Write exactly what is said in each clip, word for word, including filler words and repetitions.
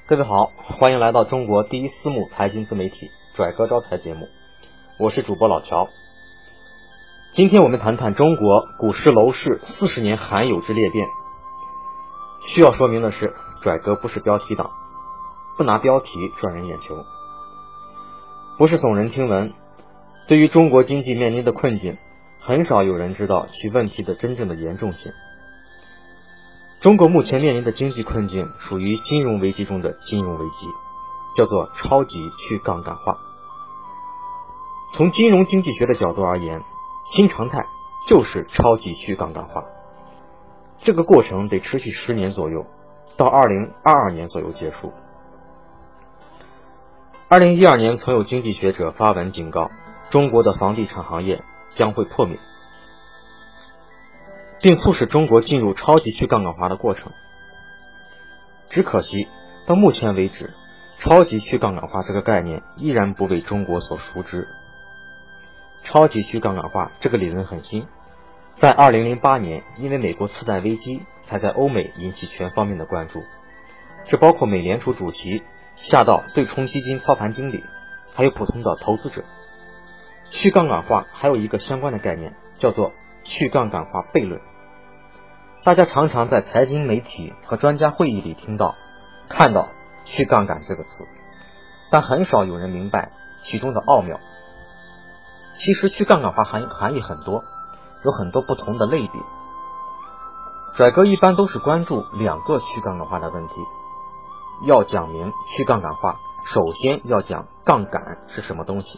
各位好，欢迎来到中国第一私募财经自媒体拽哥招财节目，我是主播老乔。今天我们谈谈中国股市楼市四十年罕有之裂变。需要说明的是，拽哥不是标题党，不拿标题赚人眼球，不是耸人听闻。对于中国经济面临的困境，很少有人知道其问题的真正的严重性。中国目前面临的经济困境属于金融危机中的金融危机，叫做超级去杠杆化。从金融经济学的角度而言，新常态就是超级去杠杆化。这个过程得持续十年左右，到二零二二年左右结束。二零一二年曾有经济学者发文警告，中国的房地产行业将会破灭，并促使中国进入超级去杠杆化的过程。只可惜到目前为止，超级去杠杆化这个概念依然不为中国所熟知。超级去杠杆化这个理论很新，在二零零八年因为美国次贷危机才在欧美引起全方面的关注，这包括美联储主席下到对冲基金操盘经理，还有普通的投资者。去杠杆化还有一个相关的概念，叫做去杠杆化悖论。大家常常在财经媒体和专家会议里听到看到去杠杆这个词，但很少有人明白其中的奥妙。其实去杠杆化含含义很多，有很多不同的类别。拽哥一般都是关注两个去杠杆化的问题。要讲明去杠杆化，首先要讲杠杆是什么东西。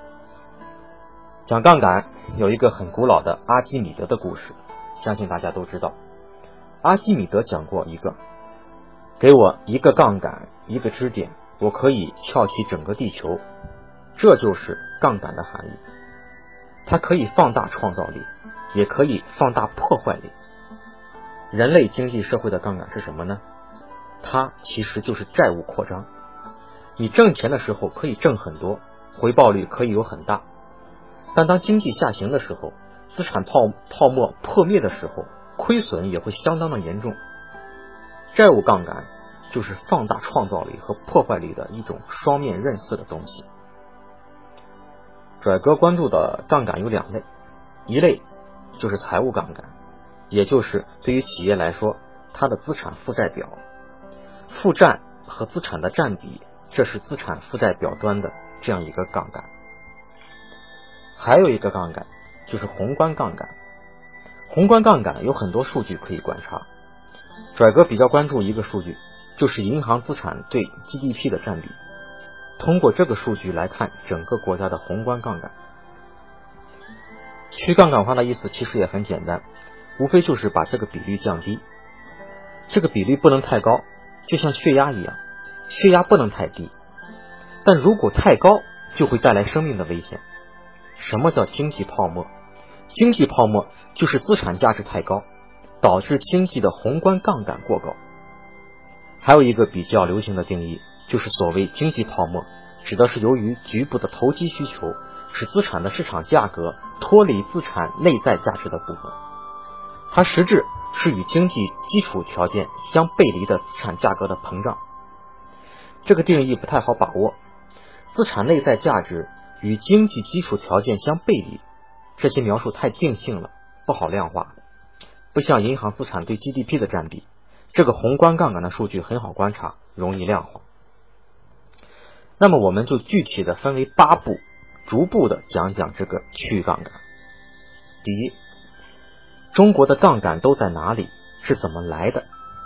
讲杠杆有一个很古老的阿基米德的故事，相信大家都知道。阿基米德讲过一个，给我一个杠杆，一个支点，我可以撬起整个地球。这就是杠杆的含义。它可以放大创造力，也可以放大破坏力。人类经济社会的杠杆是什么呢？它其实就是债务扩张。你挣钱的时候可以挣很多，回报率可以有很大，但当经济下行的时候，资产泡泡沫破灭的时候，亏损也会相当的严重。债务杠杆就是放大创造力和破坏力的一种双面刃刺的东西。拽哥关注的杠杆有两类，一类就是财务杠杆，也就是对于企业来说，它的资产负债表，负债和资产的占比，这是资产负债表端的这样一个杠杆。还有一个杠杆就是宏观杠杆。宏观杠杆有很多数据可以观察，拽哥比较关注一个数据，就是银行资产对 G D P 的占比。通过这个数据来看整个国家的宏观杠杆。去杠杆化的意思其实也很简单，无非就是把这个比率降低。这个比率不能太高，就像血压一样，血压不能太低，但如果太高就会带来生命的危险。什么叫经济泡沫？经济泡沫就是资产价值太高，导致经济的宏观杠杆过高。还有一个比较流行的定义，就是所谓经济泡沫，指的是由于局部的投机需求使资产的市场价格脱离资产内在价值的部分，它实质是与经济基础条件相背离的资产价格的膨胀。这个定义不太好把握，资产内在价值与经济基础条件相背离，这些描述太定性了，不好量化。不像银行资产对 G D P 的占比，这个宏观杠杆的数据很好观察，容易量化。那么我们就具体的分为八步，逐步的讲讲这个去杠杆。第一，中国的杠杆都在哪里，是怎么来的？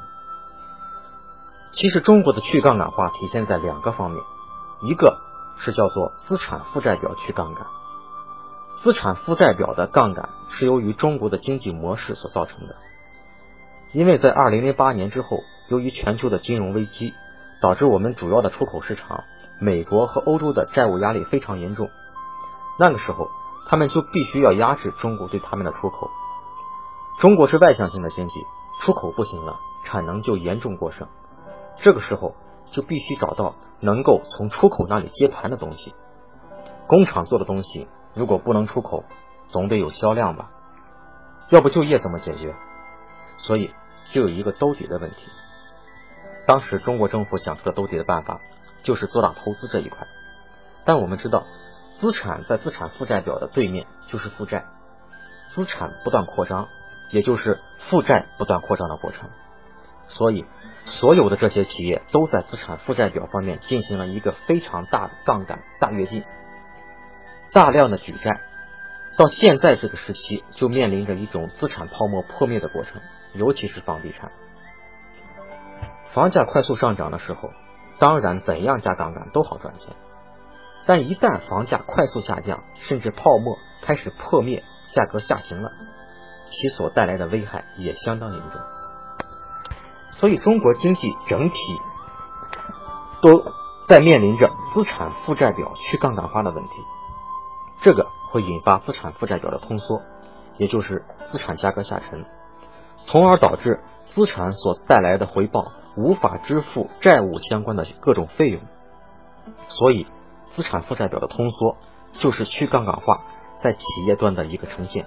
其实中国的去杠杆化体现在两个方面，一个是叫做资产负债表去杠杆。资产负债表的杠杆是由于中国的经济模式所造成的。因为在二零零八年之后，由于全球的金融危机，导致我们主要的出口市场美国和欧洲的债务压力非常严重。那个时候他们就必须要压制中国对他们的出口。中国是外向型的经济，出口不行了，产能就严重过剩。这个时候就必须找到能够从出口那里接盘的东西。工厂做的东西如果不能出口，总得有销量吧，要不就业怎么解决？所以就有一个兜底的问题。 当时中国政府想出的兜底的办法就是做大投资这一块。但我们知道，资产在资产负债表的对面就是负债，资产不断扩张，也就是负债不断扩张的过程。所以所有的这些企业都在资产负债表方面进行了一个非常大的杠杆大跃进，大量的举债，到现在这个时期就面临着一种资产泡沫破灭的过程，尤其是房地产。房价快速上涨的时候，当然怎样加杠杆都好赚钱，但一旦房价快速下降，甚至泡沫开始破灭，价格下行了，其所带来的危害也相当严重。所以中国经济整体都在面临着资产负债表去杠杆化的问题，这个会引发资产负债表的通缩，也就是资产价格下沉，从而导致资产所带来的回报无法支付债务相关的各种费用。所以资产负债表的通缩就是去杠杆化在企业端的一个呈现。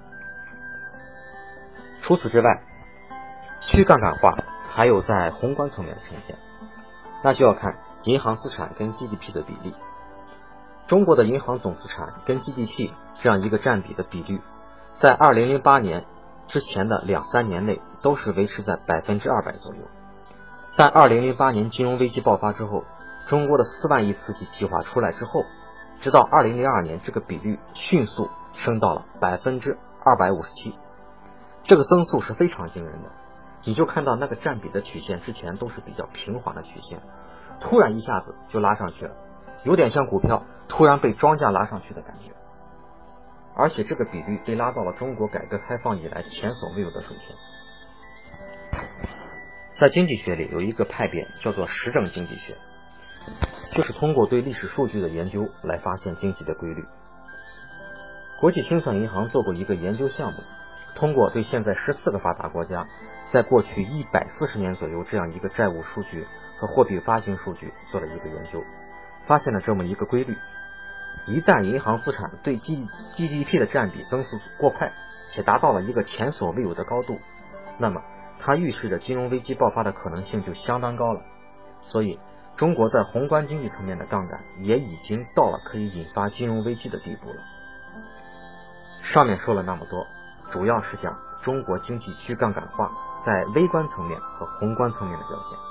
除此之外，去杠杆化还有在宏观层面的呈现，那就要看银行资产跟 G D P 的比例。中国的银行总资产跟 G D P 这样一个占比的比率，在二零零八年之前的两三年内都是维持在百分之二百左右。但二零零八年金融危机爆发之后，中国的四万亿刺激计划出来之后，直到二零零二年这个比率迅速升到了百分之二百五十七，这个增速是非常惊人的。你就看到那个占比的曲线之前都是比较平缓的曲线，突然一下子就拉上去了，有点像股票突然被庄家拉上去的感觉。而且这个比率被拉到了中国改革开放以来前所未有的水平。在经济学里有一个派别叫做实证经济学，就是通过对历史数据的研究来发现经济的规律。国际清算银行做过一个研究项目，通过对现在十四个发达国家在过去一百四十年左右这样一个债务数据和货币发行数据做了一个研究，发现了这么一个规律：一旦银行资产对 G D P 的占比增速过快，且达到了一个前所未有的高度，那么它预示着金融危机爆发的可能性就相当高了。所以中国在宏观经济层面的杠杆也已经到了可以引发金融危机的地步了。上面说了那么多，主要是讲中国经济去杠杆化在微观层面和宏观层面的表现。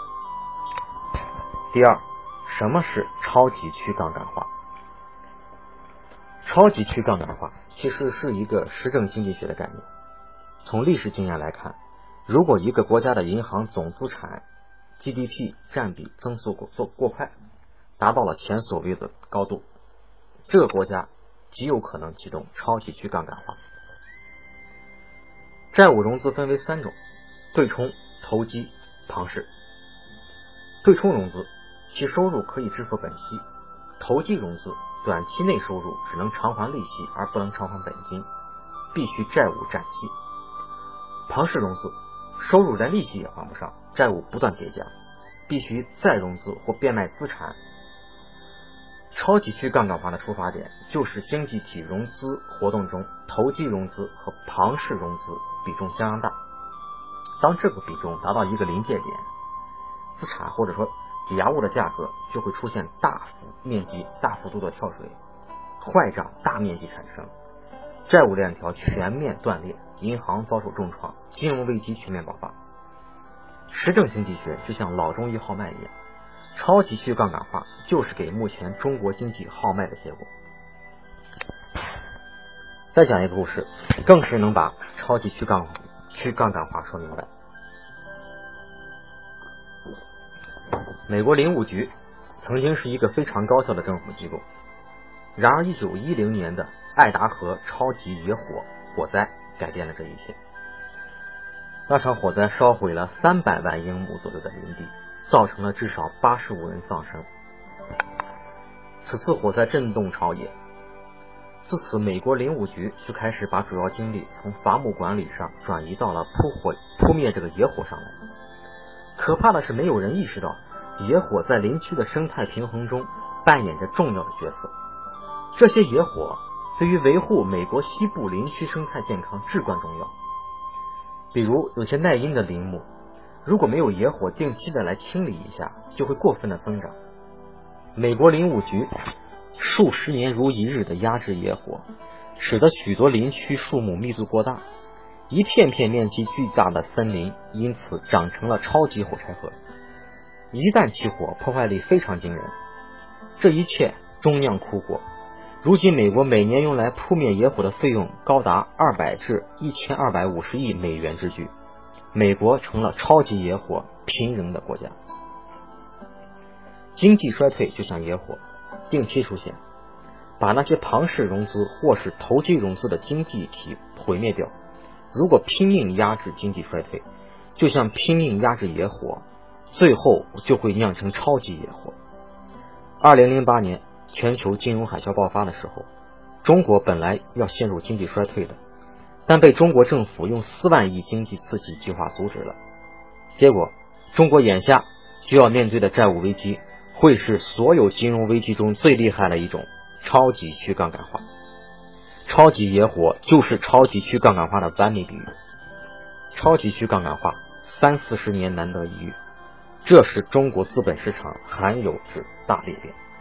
第二，什么是超级去杠杆化？超级去杠杆化其实是一个实证经济学的概念。从历史经验来看，如果一个国家的银行总资产 G D P 占比增速过过快，达到了前所未有的高度，这个国家极有可能启动超级去杠杆化。债务融资分为三种：对冲、投机、庞氏。对冲融资，其收入可以支付本息；投机融资，短期内收入只能偿还利息而不能偿还本金，必须债务占期；庞氏融资，收入连利息也还不上，债务不断叠加，必须再融资或变卖资产。超级去杠杆化的出发点就是经济体融资活动中投机融资和庞氏融资比重相当大，当这个比重达到一个临界点，资产或者说抵押物的价格就会出现大幅面积大幅度的跳水，坏账大面积产生，债务链条全面断裂，银行遭受重创，金融危机全面爆发。实证经济学就像老中医号脉一样，超级去杠杆化就是给目前中国经济号脉的结果。再讲一个故事，更是能把超级去杠去杠杆化说明白。美国林务局曾经是一个非常高效的政府机构，然而一九一零年的爱达荷超级野火火灾改变了这一切。那场火灾烧毁了三百万英亩左右的林地，造成了至少八十五人丧生。此次火灾震动朝野，自此美国林务局就开始把主要精力从伐木管理上转移到了扑火扑灭这个野火上来。可怕的是，没有人意识到野火在林区的生态平衡中扮演着重要的角色。这些野火对于维护美国西部林区生态健康至关重要。比如有些耐阴的林木， 如果没有野火定期的来清理一下，就会过分的增长。美国林务局数十年如一日的压制野火，使得许多林区树木密度过大，一片片面积巨大的森林因此长成了超级火柴盒，一旦起火，破坏力非常惊人。这一切终酿苦果，如今美国每年用来扑灭野火的费用高达二百至一千二百五十亿美元之巨，美国成了超级野火频仍的国家。经济衰退就像野火，定期出现，把那些庞氏融资或是投机融资的经济体毁灭掉。如果拼命压制经济衰退，就像拼命压制野火，最后就会酿成超级野火。二零零八年全球金融海啸爆发的时候，中国本来要陷入经济衰退的，但被中国政府用四万亿经济刺激计划阻止了。结果中国眼下就要面对的债务危机，会是所有金融危机中最厉害的一种超级去杠杆化。超级野火就是超级去杠杆化的完美比喻。超级去杠杆化三四十年难得一遇，这是中国资本市场罕有之大裂变。